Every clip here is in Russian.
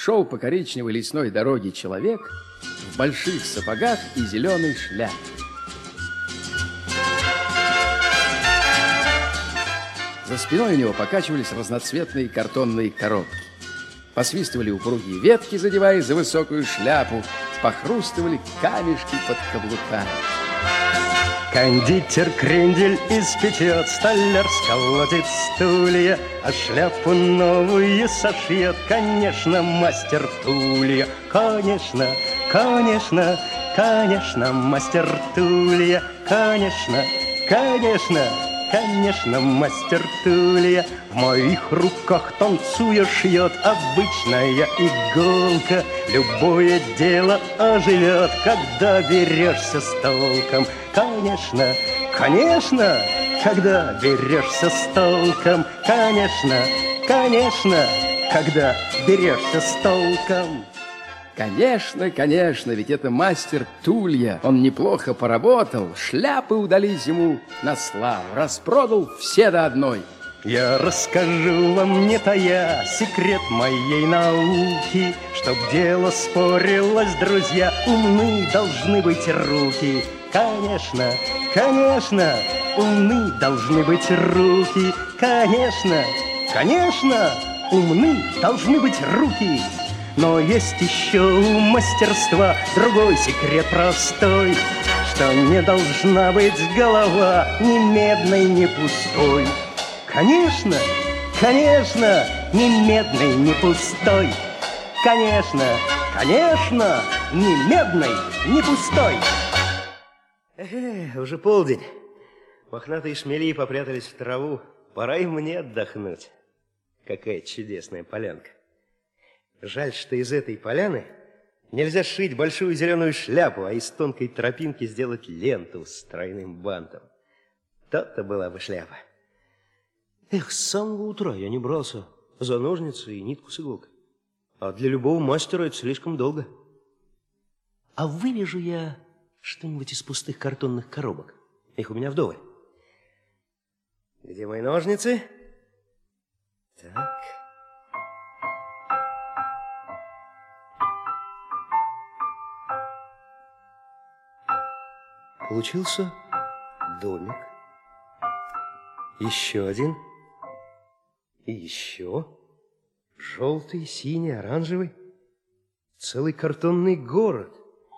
шел по коричневой лесной дороге человек в больших сапогах и зеленой шляпе. За спиной у него покачивались разноцветные картонные коробки. Посвистывали упругие ветки, задеваясь за высокую шляпу, похрустывали камешки под каблуками. Кондитер крендель испечет, столяр сколотит стулья, а шляпу новую сошьет, конечно, мастер Тулья. Конечно, конечно, конечно, мастер Тулья. Конечно, конечно, конечно, мастер Тулья. В моих руках танцуя шьет обычная иголка. Любое дело оживет, когда берешься с толком. Конечно, конечно, когда берешься с толком. Конечно, конечно, когда берешься с толком. Конечно, конечно, ведь это мастер Тулья. Он неплохо поработал, шляпы удались ему на славу, распродал все до одной. Я расскажу вам, не тая, секрет моей науки. Чтоб дело спорилось, друзья, умны должны быть руки. Конечно, конечно, умны должны быть руки. Конечно, конечно, умны должны быть руки. Но есть еще у мастерства другой секрет простой, что не должна быть голова ни медной, ни пустой. Конечно, конечно, ни медной, ни пустой. Конечно, конечно, ни медной, ни пустой. Уже полдень. Мохнатые шмели попрятались в траву. Пора и мне отдохнуть. Какая чудесная полянка. Жаль, что из этой поляны нельзя сшить большую зеленую шляпу, а из тонкой тропинки сделать ленту с тройным бантом. То-то была бы шляпа. Эх, с самого утра я не брался за ножницы и нитку с иголкой. А для любого мастера это слишком долго. А вывяжу я что-нибудь из пустых картонных коробок. Их у меня вдоволь. Где мои ножницы? Так. Получился домик. Еще один. И еще. Желтый, синий, оранжевый. Целый картонный город.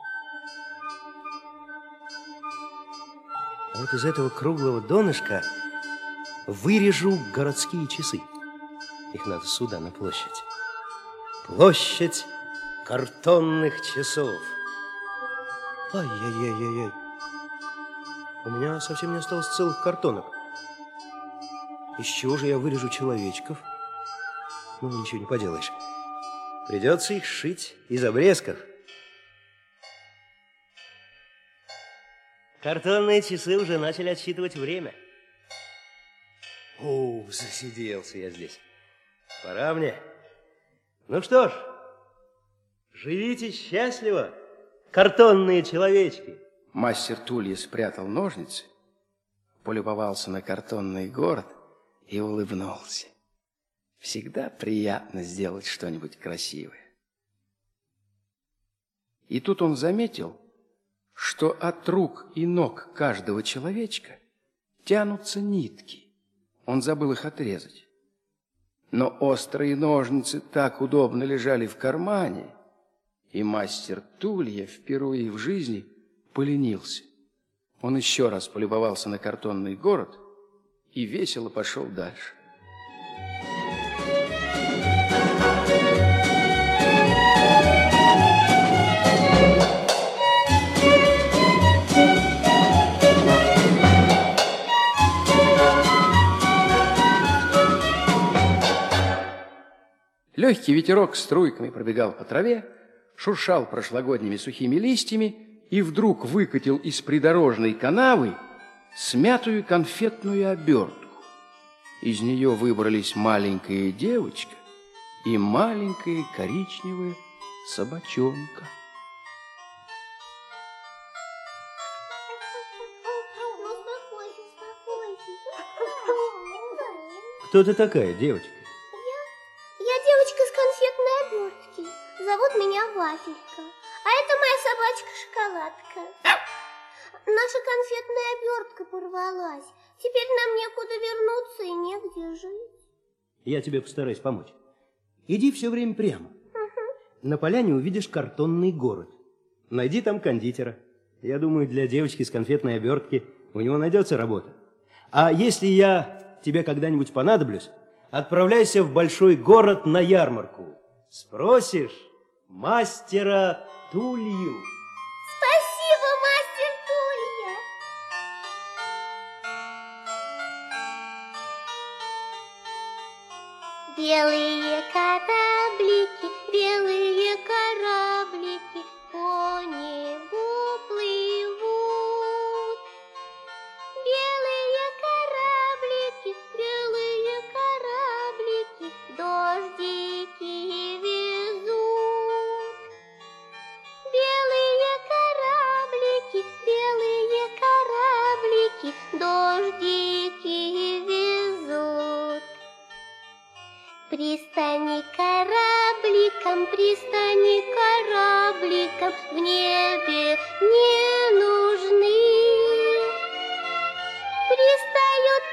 А вот из этого круглого донышка вырежу городские часы. Их надо сюда, на площадь. Площадь картонных часов. Ай-яй-яй-яй-яй. У меня совсем не осталось целых картонок. Из чего же я вырежу человечков? Ну, ничего не поделаешь. Придется их сшить из обрезков. Картонные часы уже начали отсчитывать время. О, засиделся я здесь. Пора мне. Ну что ж, живите счастливо, картонные человечки. Мастер Тулья спрятал ножницы, полюбовался на картонный город и улыбнулся. Всегда приятно сделать что-нибудь красивое. И тут он заметил, что от рук и ног каждого человечка тянутся нитки. Он забыл их отрезать. Но острые ножницы так удобно лежали в кармане, и мастер Тулья впервые в жизни поленился. Он еще раз полюбовался на картонный город и весело пошел дальше. Легкий ветерок струйками пробегал по траве, шуршал прошлогодними сухими листьями и вдруг выкатил из придорожной канавы смятую конфетную обертку. Из нее выбрались маленькая девочка и маленькая коричневая собачонка. Кто ты такая, девочка? Я девочка с конфетной обертки. будете жить? Я тебе постараюсь помочь. Иди все время прямо. На поляне увидишь картонный город. Найди там кондитера. Я думаю, для девочки с конфетной обертки у него найдется работа. А если я тебе когда-нибудь понадоблюсь, отправляйся в большой город на ярмарку. Спросишь мастера Тулью. Спасибо, мастер Тулья. Белые кораблики, белые кораблики по небу плывут. Белые кораблики, дождики везут. Белые кораблики, дождики везут. Пристани корабликам в небе не нужны. Пристают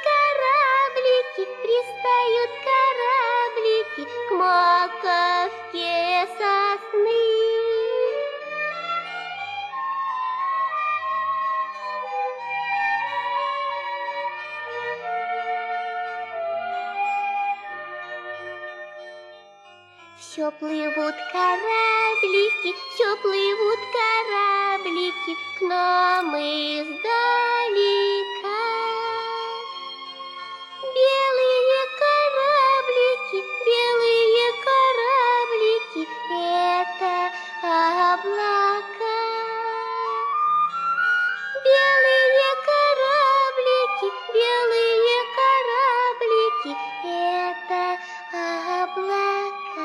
кораблики к маковке сосны. Все плывут кораблики к нам издалека. Белые кораблики, это облака. Белые кораблики, это облака.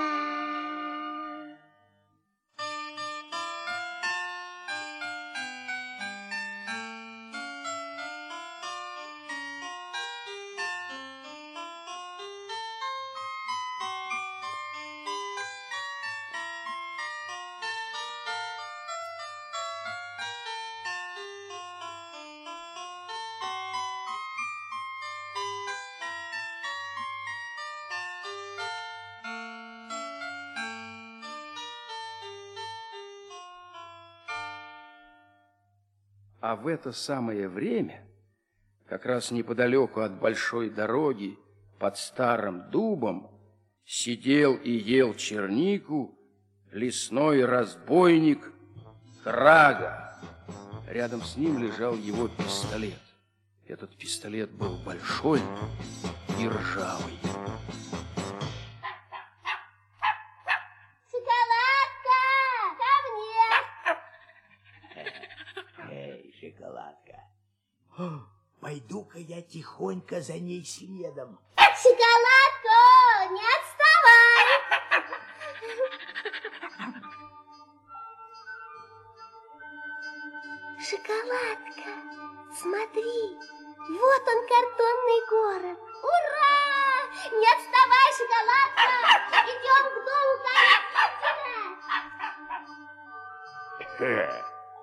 А в это самое время, как раз неподалеку от большой дороги, под старым дубом, сидел и ел чернику лесной разбойник Крага. Рядом с ним лежал его пистолет. Этот пистолет был большой и ржавый. Шоколадка, ко мне! Эй, шоколадка, пойду-ка я тихонько за ней следом. Шоколадка, не отставай! Шоколадка, смотри, вот он, картонный город. Ура! Не отставай, шоколадка! Идем к дому кондитера.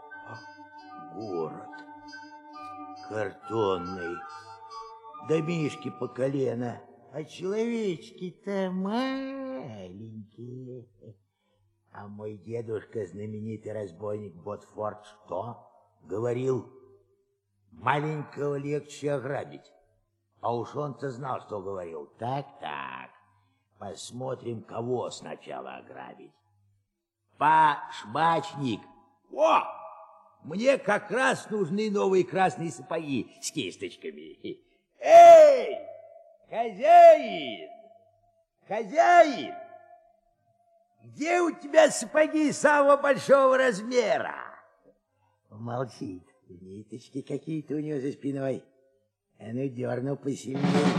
Город картонный, домишки по колено, а человечки-то маленькие. А мой дедушка, знаменитый разбойник Ботфорд, что говорил? Маленького легче ограбить. А уж он-то знал, что говорил. Так, посмотрим, кого сначала ограбить. Пашмачник. О! Мне как раз нужны новые красные сапоги с кисточками. Эй, хозяин! Хозяин! Где у тебя сапоги самого большого размера? Молчит. Ниточки какие-то у него за спиной. А ну, дернул посильнее.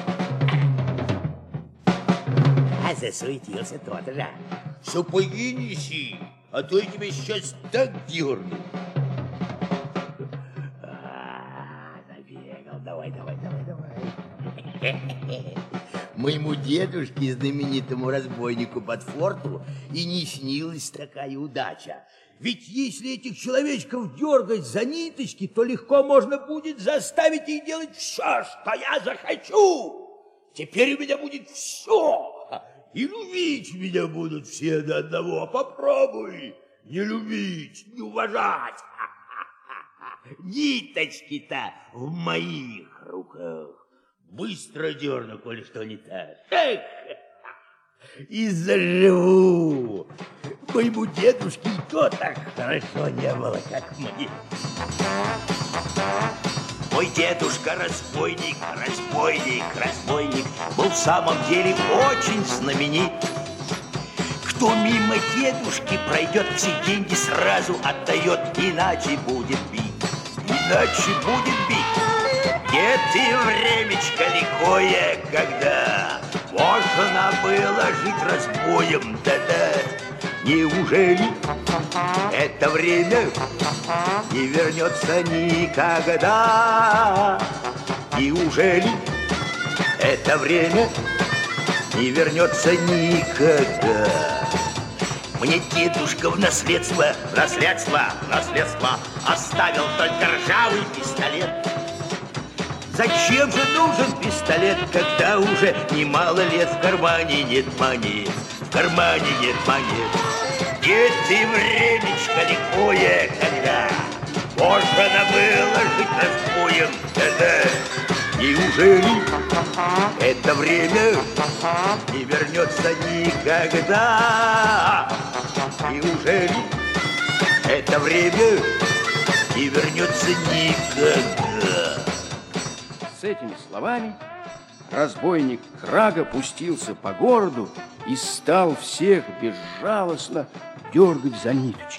А засуетился тот же. Сапоги неси, а то я тебя сейчас так дерну. Забегал. Давай. Моему дедушке, знаменитому разбойнику Ботфорту, и не снилась такая удача. Ведь если этих человечков дергать за ниточки, то легко можно будет заставить их делать все, что я захочу. Теперь у меня будет все. И любить меня будут все до одного. Попробуй не любить, не уважать. Ниточки-то в моих руках. Быстро дерну, коли что не так. Эх! И заживу. Моему дедушке и то так хорошо не было, как мне. Мой дедушка разбойник, разбойник, разбойник, был в самом деле очень знаменит. Кто мимо дедушки пройдет, все деньги сразу отдает, иначе будет бить, иначе будет бить. Дед и времечко лихое, когда можно было жить разбоем, да-да. Неужели это время не вернется никогда? Неужели это время не вернется никогда? Мне дедушка в наследство оставил только ржавый пистолет. Зачем же нужен пистолет, когда уже немало лет в кармане нет монет, в кармане нет монет? Дед и времечко лихое, когда можно было жить разбоем, да-да. Неужели это время не вернется никогда? Неужели это время не вернется никогда? С этими словами разбойник Крага пустился по городу и стал всех безжалостно дергать за ниточки.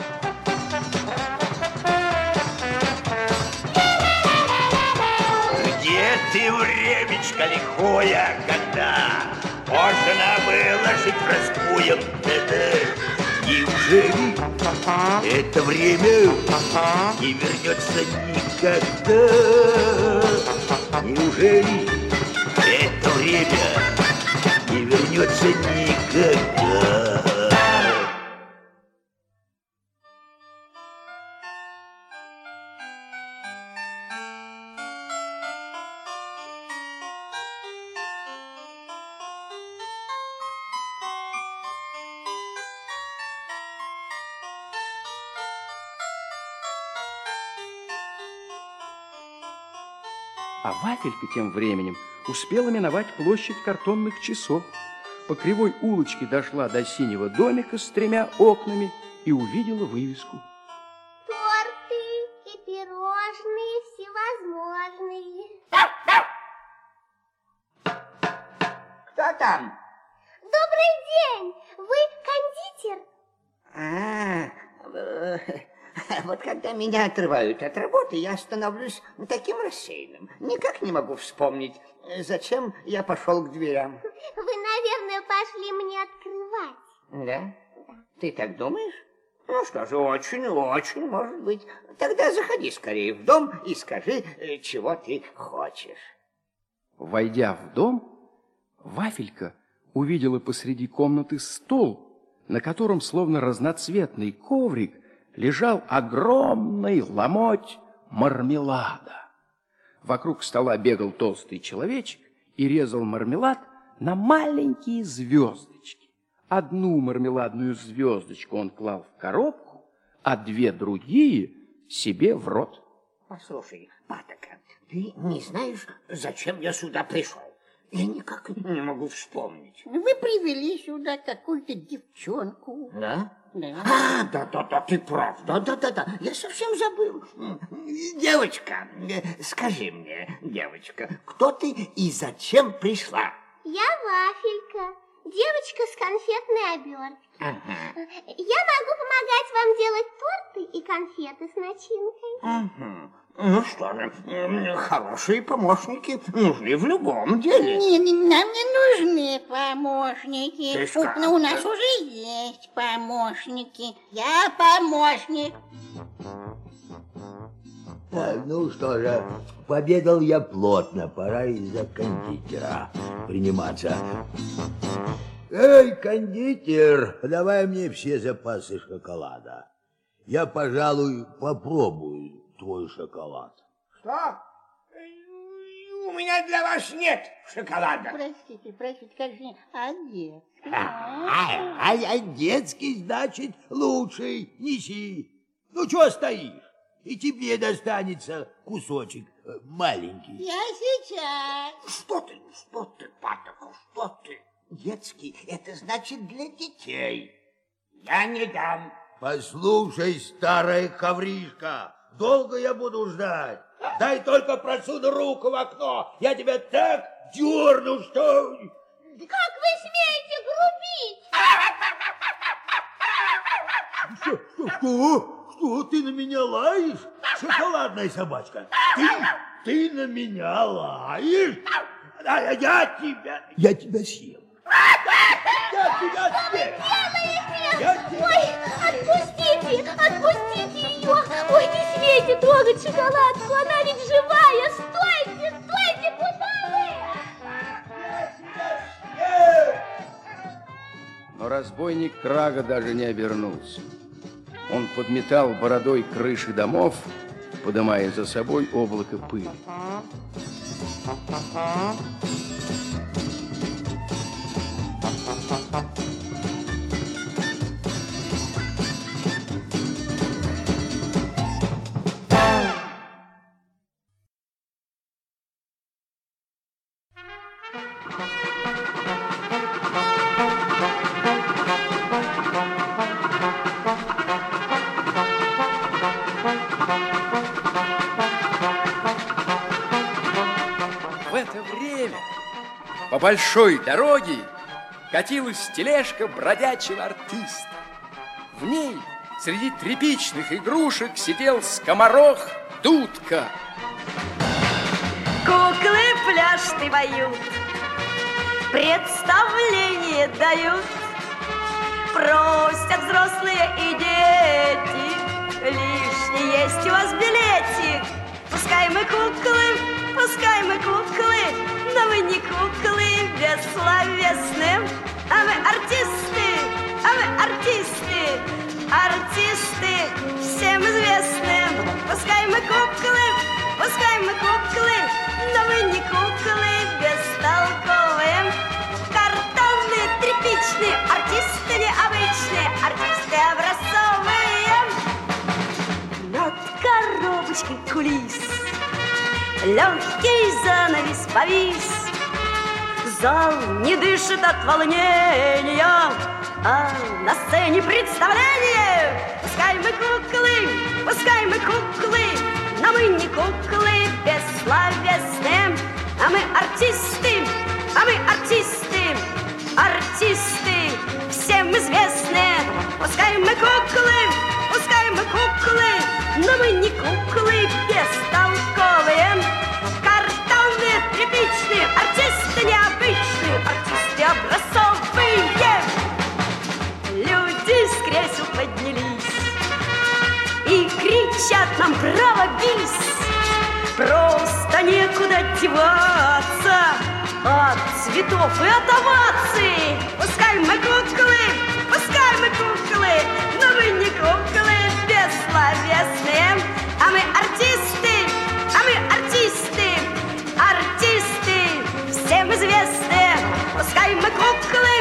Где ты, времечко лихое, когда можно было жить разбоем, да-да? Неужели это время не вернется никогда? Неужели это время не вернется никогда? А Вафелька тем временем успела миновать площадь картонных часов. По кривой улочке дошла до синего домика с 3 окнами и увидела вывеску. Торты и пирожные всевозможные. Кто там? Добрый день! Вы кондитер? Вот когда меня отрывают от работы, я становлюсь таким рассеянным. Никак не могу вспомнить, зачем я пошел к дверям. Вы, наверное, пошли мне открывать. Да? Ты так думаешь? Ну что же, очень может быть. Тогда заходи скорее в дом и скажи, чего ты хочешь. Войдя в дом, Вафелька увидела посреди комнаты стол, на котором, словно разноцветный коврик, лежал огромный ломоть мармелада. Вокруг стола бегал толстый человечек и резал мармелад на маленькие звездочки. Одну мармеладную звездочку он клал в коробку, а 2 другие себе в рот. Послушай, Патока, ты не знаешь, зачем я сюда пришел? Я никак не могу вспомнить. Вы привели сюда какую-то девчонку. Да? Да. Да, ты прав. Да, я совсем забыл. Девочка, скажи мне, девочка, кто ты и зачем пришла? Я Вафелька, девочка с конфетной оберткой. Ага. Я могу помогать вам делать торты и конфеты с начинкой. Ага. Ну что же, хорошие помощники нужны в любом деле. Нам не нужны помощники. Ты что? У нас уже есть помощники. Я помощник. Так, ну что же, пообедал я плотно, пора и за кондитера приниматься. Эй, кондитер, подавай мне все запасы шоколада. Я, пожалуй, попробую твой шоколад. Что? У меня для вас нет шоколада. Простите, конечно, а нет. А детский, значит, лучший. Неси. Ну, чего стоишь? И тебе достанется кусочек маленький. Я сейчас. Что ты, Патока, что ты? Детский, это значит для детей. Я не дам. Послушай, старая ковришка, долго я буду ждать. Дай только просуну руку в окно. Я тебя так дерну, что... Как вы смеете грубить? Что? Ты на меня лаешь? Шоколадная собачка. Ты на меня лаешь? А я тебя съем. Я тебя съем. Ой, отпустите ее. Ой, не смейте трогать шоколадку, она ведь живая. Стойте, куда вы? Но разбойник Трага даже не обернулся. Он подметал бородой крыши домов, подымая за собой облако пыли. По большой дороге катилась тележка бродячего артиста. В ней среди тряпичных игрушек сидел скоморох Дудка. Куклы пляшут поют, представление дают, просят взрослые и дети, лишний есть у вас билетик. Пускай мы куклы, но мы не куклы бессловесные, а мы артисты всем известные. Пускай мы куклы, но мы не куклы бестолковые, картонные, тряпичные, артисты необычные, артисты образцовые. Над коробочкой кулис легкий занавес повис. Зал не дышит от волнения, а на сцене представление. Пускай мы куклы, но мы не куклы бессловесные, а мы артисты всем известные. Пускай мы куклы, но мы не куклы бестолковые, картонные, тряпичные, артисты необычные, артисты образцовые. Люди с кресел поднялись и кричат нам: браво, бис! Просто некуда деваться от цветов и от оваций. Пускай мы куклы, но мы не куклы бессловесные, а мы артисты всем известные. Пускай мы куклы,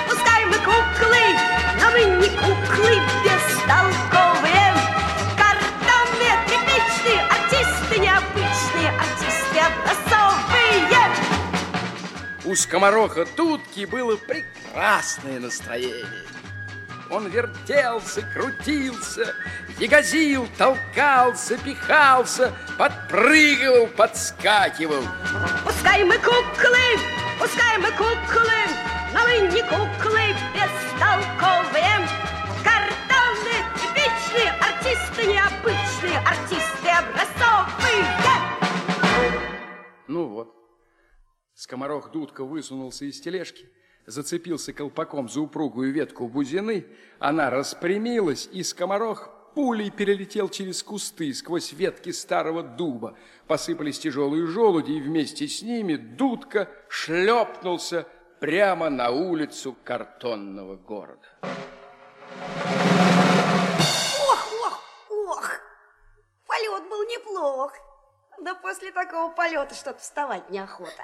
но мы не куклы бестолковые, картонные, тряпичные, артисты необычные, артисты образцовые. У скомороха Дудки было прекрасное настроение. Он вертелся, крутился, ягозил, толкался, пихался, подпрыгивал, подскакивал. Пускай мы куклы, но мы не куклы бестолковые, картонные, типичные, артисты необычные, артисты образцовые. Ну вот, скоморох Дудка высунулся из тележки, зацепился колпаком за упругую ветку бузины, она распрямилась, и скоморох пулей перелетел через кусты, сквозь ветки старого дуба. Посыпались тяжелые желуди, и вместе с ними Дудка шлепнулся прямо на улицу картонного города. Ох, полет был неплох. Да после такого полета что-то вставать неохота.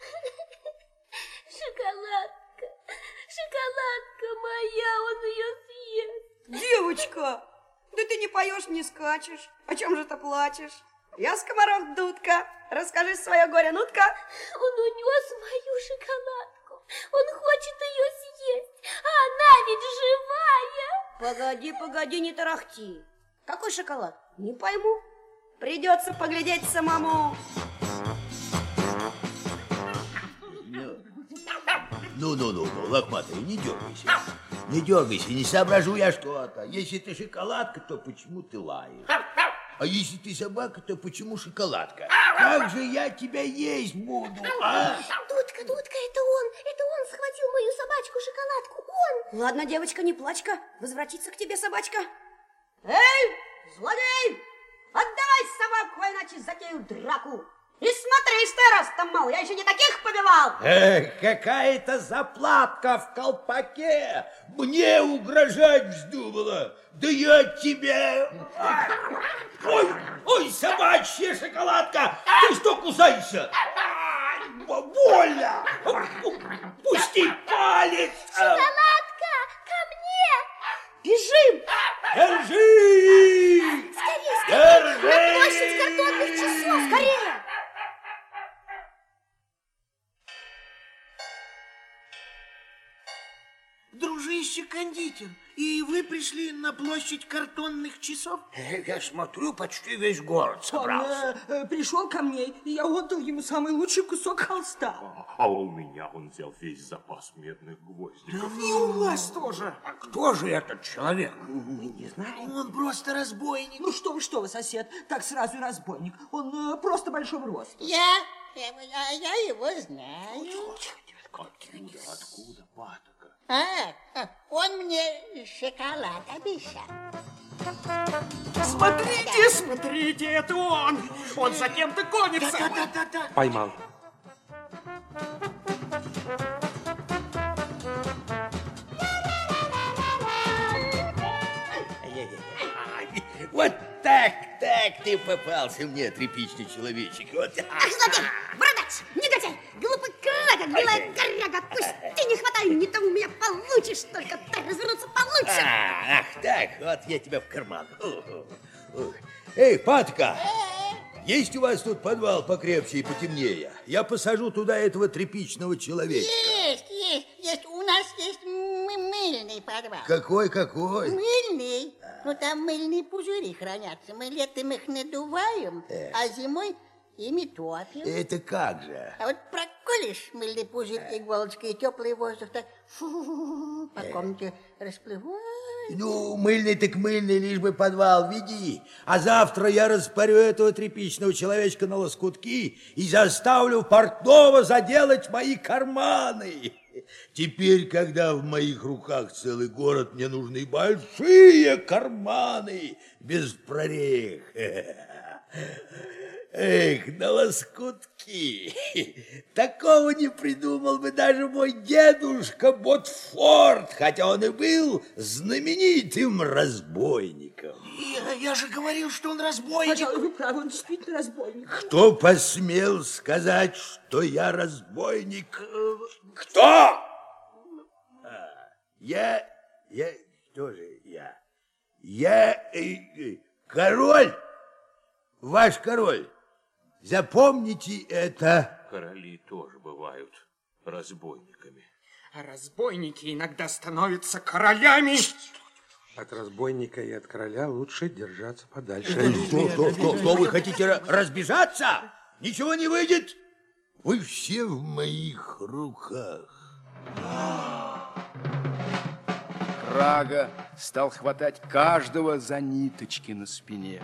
Шоколадка, шоколадка моя, он ее съест. Девочка, да ты не поешь, не скачешь. О чем же ты плачешь? Я скоморох Дудка. Расскажи свое горе, Нутка. Он унес мою шоколадку. Он хочет ее съесть, а она ведь живая. Погоди, погоди, не тарахти. Какой шоколад? Не пойму. Придется поглядеть самому. Ну, лохматый, не дергайся. Не дергайся, не соображу я что-то. Если ты шоколадка, то почему ты лаешь? А если ты собака, то почему шоколадка? Как же я тебя есть буду, а? Дудка, это он схватил мою собачку-шоколадку, он. Ладно, девочка, не плачь-ка. Возвратится к тебе собачка. Эй, злодей! Отдавай собаку, иначе затею драку. И смотри, что ростом мал, я еще не таких побивал. Эх, какая-то заплатка в колпаке. Мне угрожать вздумала. Да я тебя... Ой, собачья шоколадка. Ты что кусаешься? Больно. Пусти палец. Шоколадка, ко мне. Бежим. Держи. Скорее, на площадь картонных часов, скорее. Дружище кондитер, и вы пришли на площадь картонных часов? Я смотрю, почти весь город собрался. Он пришел ко мне, и я отдал ему самый лучший кусок холста. А у меня он взял весь запас медных гвоздиков. И у вас тоже. А кто же этот человек? Мы не знаем. Он просто разбойник. Ну что вы, сосед, так сразу и разбойник. Он просто большого роста. Я его знаю. Откуда, Патока? Он мне шоколад обещал. Смотрите, это он! Он за кем-то гонится! Да. Поймал. Вот так ты попался мне, тряпичный человечек. Вот. Ах, злодей, бородач, негодяй, глупый крага, белая коряга, пусти, не хватай, не то у меня получишь, только так развернуться получше. Ах так, вот я тебя в карман. Эй, Патка, есть у вас тут подвал покрепче и потемнее? Я посажу туда этого тряпичного человечка. Есть. У нас есть мыльный подвал. Какой? Мыльный. Ну, там мыльные пузыри хранятся. Мы летом их надуваем, а зимой ими топим. Это как же? А вот проколешь мыльный пузырь иголочкой, и теплый воздух так по комнате расплывается. Ну, мыльный так мыльный, лишь бы подвал веди. А завтра я распорю этого тряпичного человечка на лоскутки и заставлю портного заделать мои карманы. Теперь, когда в моих руках целый город, мне нужны большие карманы без прорех. Эх, на лоскутки. Такого не придумал бы даже мой дедушка Ботфорд, хотя он и был знаменитым разбойником. Я же говорил, что он разбойник. Пожалуй, вы правы, он действительно разбойник. Кто посмел сказать, что я разбойник? Кто? Что же я? Я король, ваш король. Запомните это. Короли тоже бывают разбойниками. А разбойники иногда становятся королями. От разбойника и от короля лучше держаться подальше. Что вы хотите разбежаться? Ничего не выйдет. Вы все в моих руках. Крага стал хватать каждого за ниточки на спине.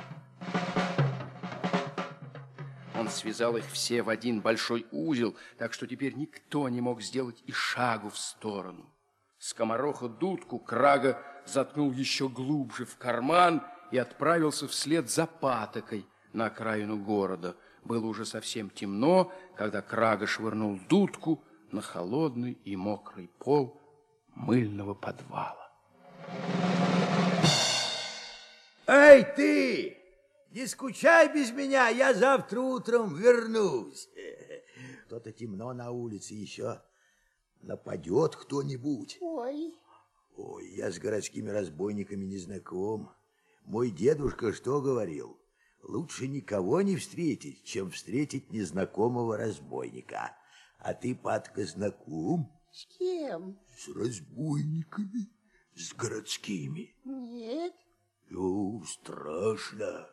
Он связал их все в один большой узел, так что теперь никто не мог сделать и шагу в сторону. Скомороха Дудку Крага заткнул еще глубже в карман и отправился вслед за Патокой на окраину города. Было уже совсем темно, когда Крага швырнул Дудку на холодный и мокрый пол мыльного подвала. Эй, ты! Не скучай без меня, я завтра утром вернусь. То-то темно на улице еще. Нападет кто-нибудь. Ой. Ой, я с городскими разбойниками не знаком. Мой дедушка что говорил? Лучше никого не встретить, чем встретить незнакомого разбойника. А ты, Патка, знаком? С кем? С разбойниками, с городскими. Нет. Ну, страшно.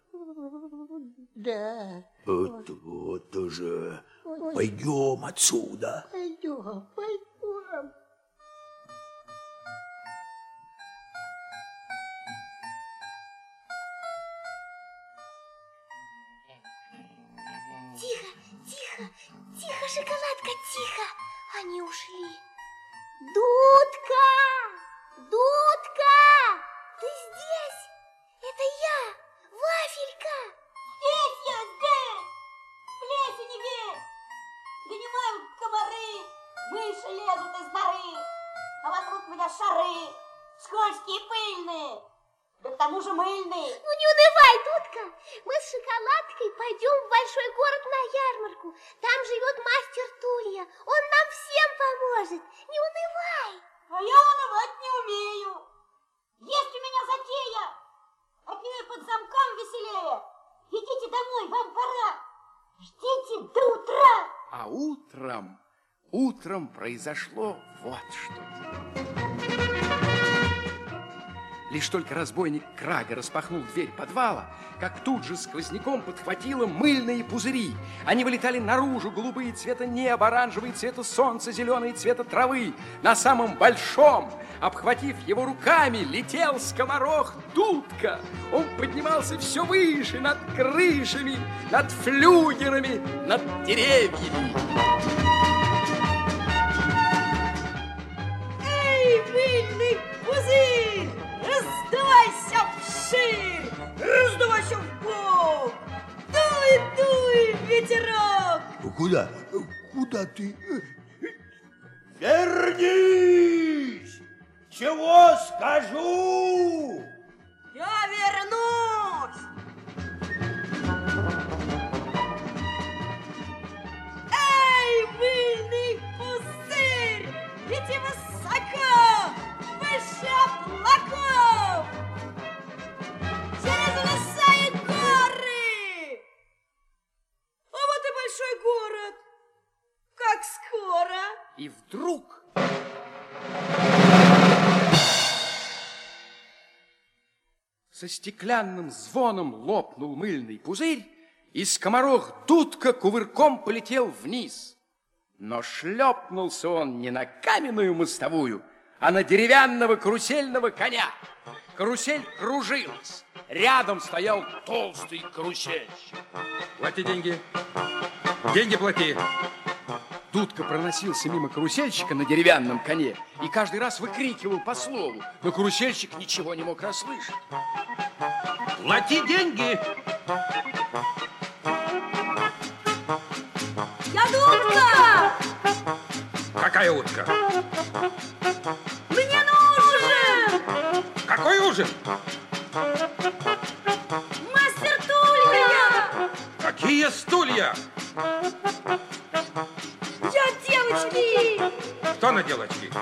Да. Вот уже. Пойдем отсюда. Пойдем, пойдем. Тихо, тихо, тихо, шоколадка, тихо. Они ушли. Дудка! Дудка! Ты здесь? Это я, Вафелька. Здесь я, здесь! Плесень весь! Донимают комары, мыши лезут из норы, а вокруг меня шары, скользкие и пыльные, да к тому же мыльные. Ну не унывай, Дудка, мы с шоколадкой пойдем в большой город на ярмарку. Там живет мастер Тулья, он нам всем поможет. Не унывай. А я унывать не умею. Есть у меня затея, от нее под замком веселее. Идите домой, вам пора. Ждите до утра. А утром произошло вот что. Лишь только разбойник Крага распахнул дверь подвала, как тут же сквозняком подхватило мыльные пузыри. Они вылетали наружу, голубые цвета неба, оранжевые цвета солнца, зеленые цвета травы. На самом большом, обхватив его руками, летел скоморох Дудка. Он поднимался все выше, над крышами, над флюгерами, над деревьями. Эй, мыльный пузырь! Раздувайся вширь, раздувайся вбок, дуй, дуй, ветерок. Куда? Куда ты? Вернись! Чего скажу? Я вернусь. Эй, мыльный пузырь, лети высоко, выше облаков, через леса и горы. А вот и большой город. Как скоро. И вдруг со стеклянным звоном лопнул мыльный пузырь, и скоморох Дудка кувырком полетел вниз. Но шлепнулся он не на каменную мостовую, а на деревянного карусельного коня. Карусель кружилась. Рядом стоял толстый карусельщик. Плати деньги. Деньги плати. Дудка проносился мимо карусельщика на деревянном коне и каждый раз выкрикивал по слову, но карусельщик ничего не мог расслышать. Плати деньги. Я Дудка! Какая утка? Мне нужен! Какой ужин? Мастер Тулья! Какие стулья? Я девочки! Кто на девочки?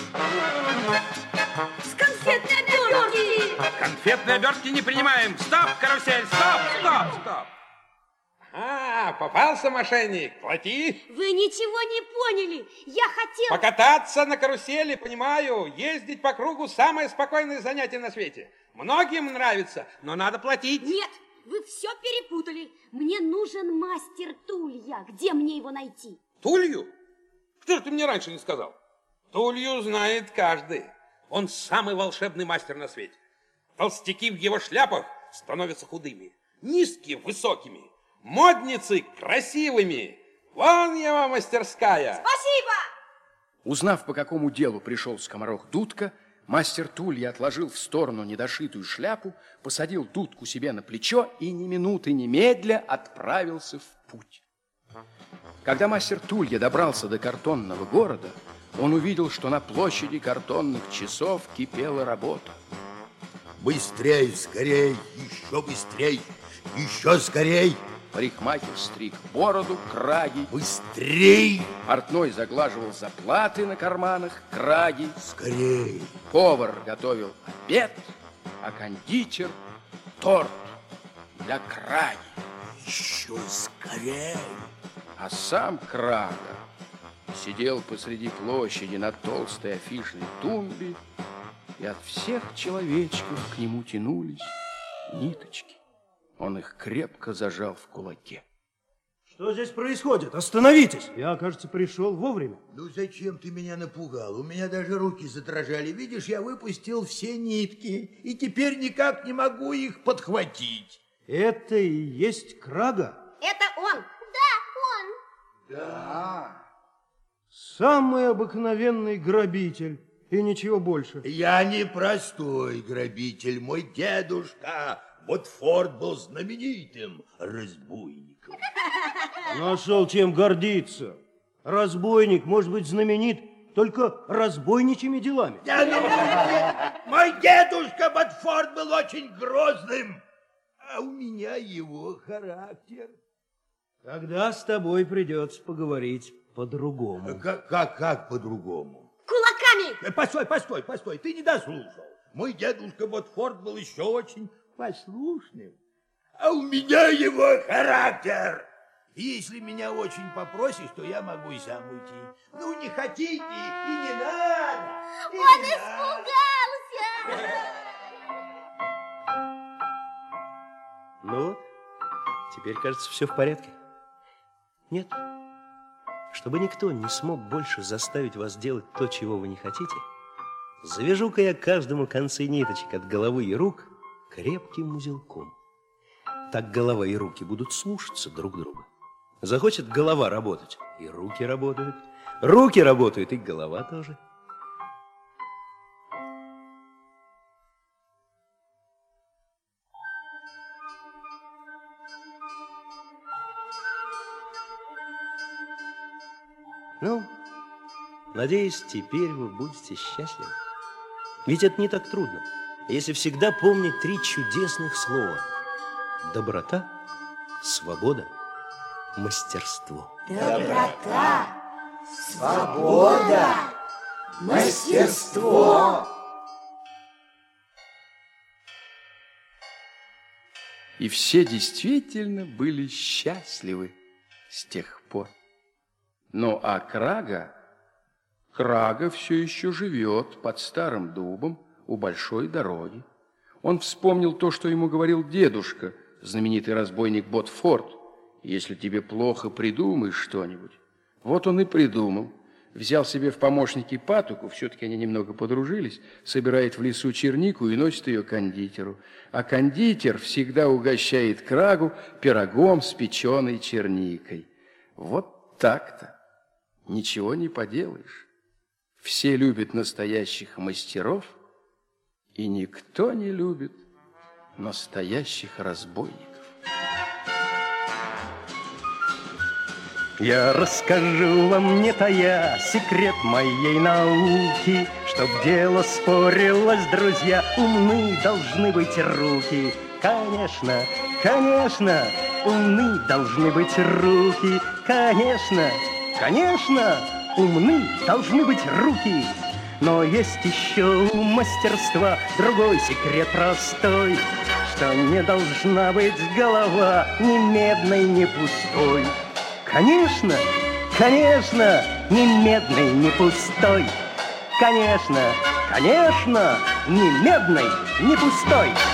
С конфетной обертки! Конфетные обертки не принимаем. Стоп, карусель, стоп, стоп, стоп. А, попался мошенник. Плати. Вы ничего не поняли. Я хотел... Покататься на карусели, понимаю. Ездить по кругу самое спокойное занятие на свете. Многим нравится, но надо платить. Нет, вы все перепутали. Мне нужен мастер Тулья. Где мне его найти? Тулью? Что же ты мне раньше не сказал? Тулью знает каждый. Он самый волшебный мастер на свете. Толстяки в его шляпах становятся худыми, низкие высокими, модницы красивыми. Вон его мастерская. Спасибо! Узнав, по какому делу пришел скоморох Дудка, мастер Тулья отложил в сторону недошитую шляпу, посадил Дудку себе на плечо и ни минуты немедля отправился в путь. Когда мастер Тулья добрался до картонного города, он увидел, что на площади картонных часов кипела работа. Быстрей, скорей, еще быстрей. Еще скорей. Парикмахер стриг бороду, краги. Быстрей. Портной заглаживал заплаты на карманах, краги. Скорей. Повар готовил обед, а кондитер торт для краги. Еще скорей. А сам Крага сидел посреди площади на толстой афишной тумбе, и от всех человечков к нему тянулись ниточки. Он их крепко зажал в кулаке. Что здесь происходит? Остановитесь! Я, кажется, пришел вовремя. Ну зачем ты меня напугал? У меня даже руки задрожали. Видишь, я выпустил все нитки, и теперь никак не могу их подхватить. Это и есть Крага? Это он. Да, он. Да. Самый обыкновенный грабитель. И ничего больше. Я не простой грабитель. Мой дедушка Ботфорд был знаменитым разбойником. Нашел чем гордиться. Разбойник может быть знаменит только разбойничьими делами. Да, ну, мой дедушка Ботфорд был очень грозным, а у меня его характер. Тогда с тобой придется поговорить по-другому. Как по-другому? Кулаками! Постой, ты не дослушал. Мой дедушка Ботфорд был еще очень послушным, а у меня его характер. Если меня очень попросишь, то я могу и сам уйти. Ну, не хотите, и не надо. Он испугался. Ну вот, теперь, кажется, все в порядке. Нет. Чтобы никто не смог больше заставить вас делать то, чего вы не хотите, завяжу-ка я каждому концы ниточек от головы и рук крепким узелком. Так голова и руки будут слушаться друг друга. Захочет голова работать, и руки работают. Руки работают, и голова тоже. Ну, надеюсь, теперь вы будете счастливы. Ведь это не так трудно, если всегда помнить 3 чудесных слова: доброта, свобода, мастерство. Доброта, свобода, мастерство. И все действительно были счастливы с тех пор. Ну, а Крага все еще живет под старым дубом у большой дороги. Он вспомнил то, что ему говорил дедушка, знаменитый разбойник Ботфорд. Если тебе плохо, придумай что-нибудь. Вот он и придумал. Взял себе в помощники Патоку, все-таки они немного подружились, собирает в лесу чернику и носит ее кондитеру. А кондитер всегда угощает Крагу пирогом с печеной черникой. Вот так-то. Ничего не поделаешь. Все любят настоящих мастеров, и никто не любит настоящих разбойников. Я расскажу вам, не тая, секрет моей науки, чтоб дело спорилось, друзья, умны должны быть руки. Конечно, конечно, умны должны быть руки. Конечно, конечно, умны должны быть руки. Но есть еще у мастерства другой секрет простой, что не должна быть голова ни медной, ни пустой. Конечно, конечно, ни медной, ни пустой. Конечно, конечно, ни медной, ни пустой.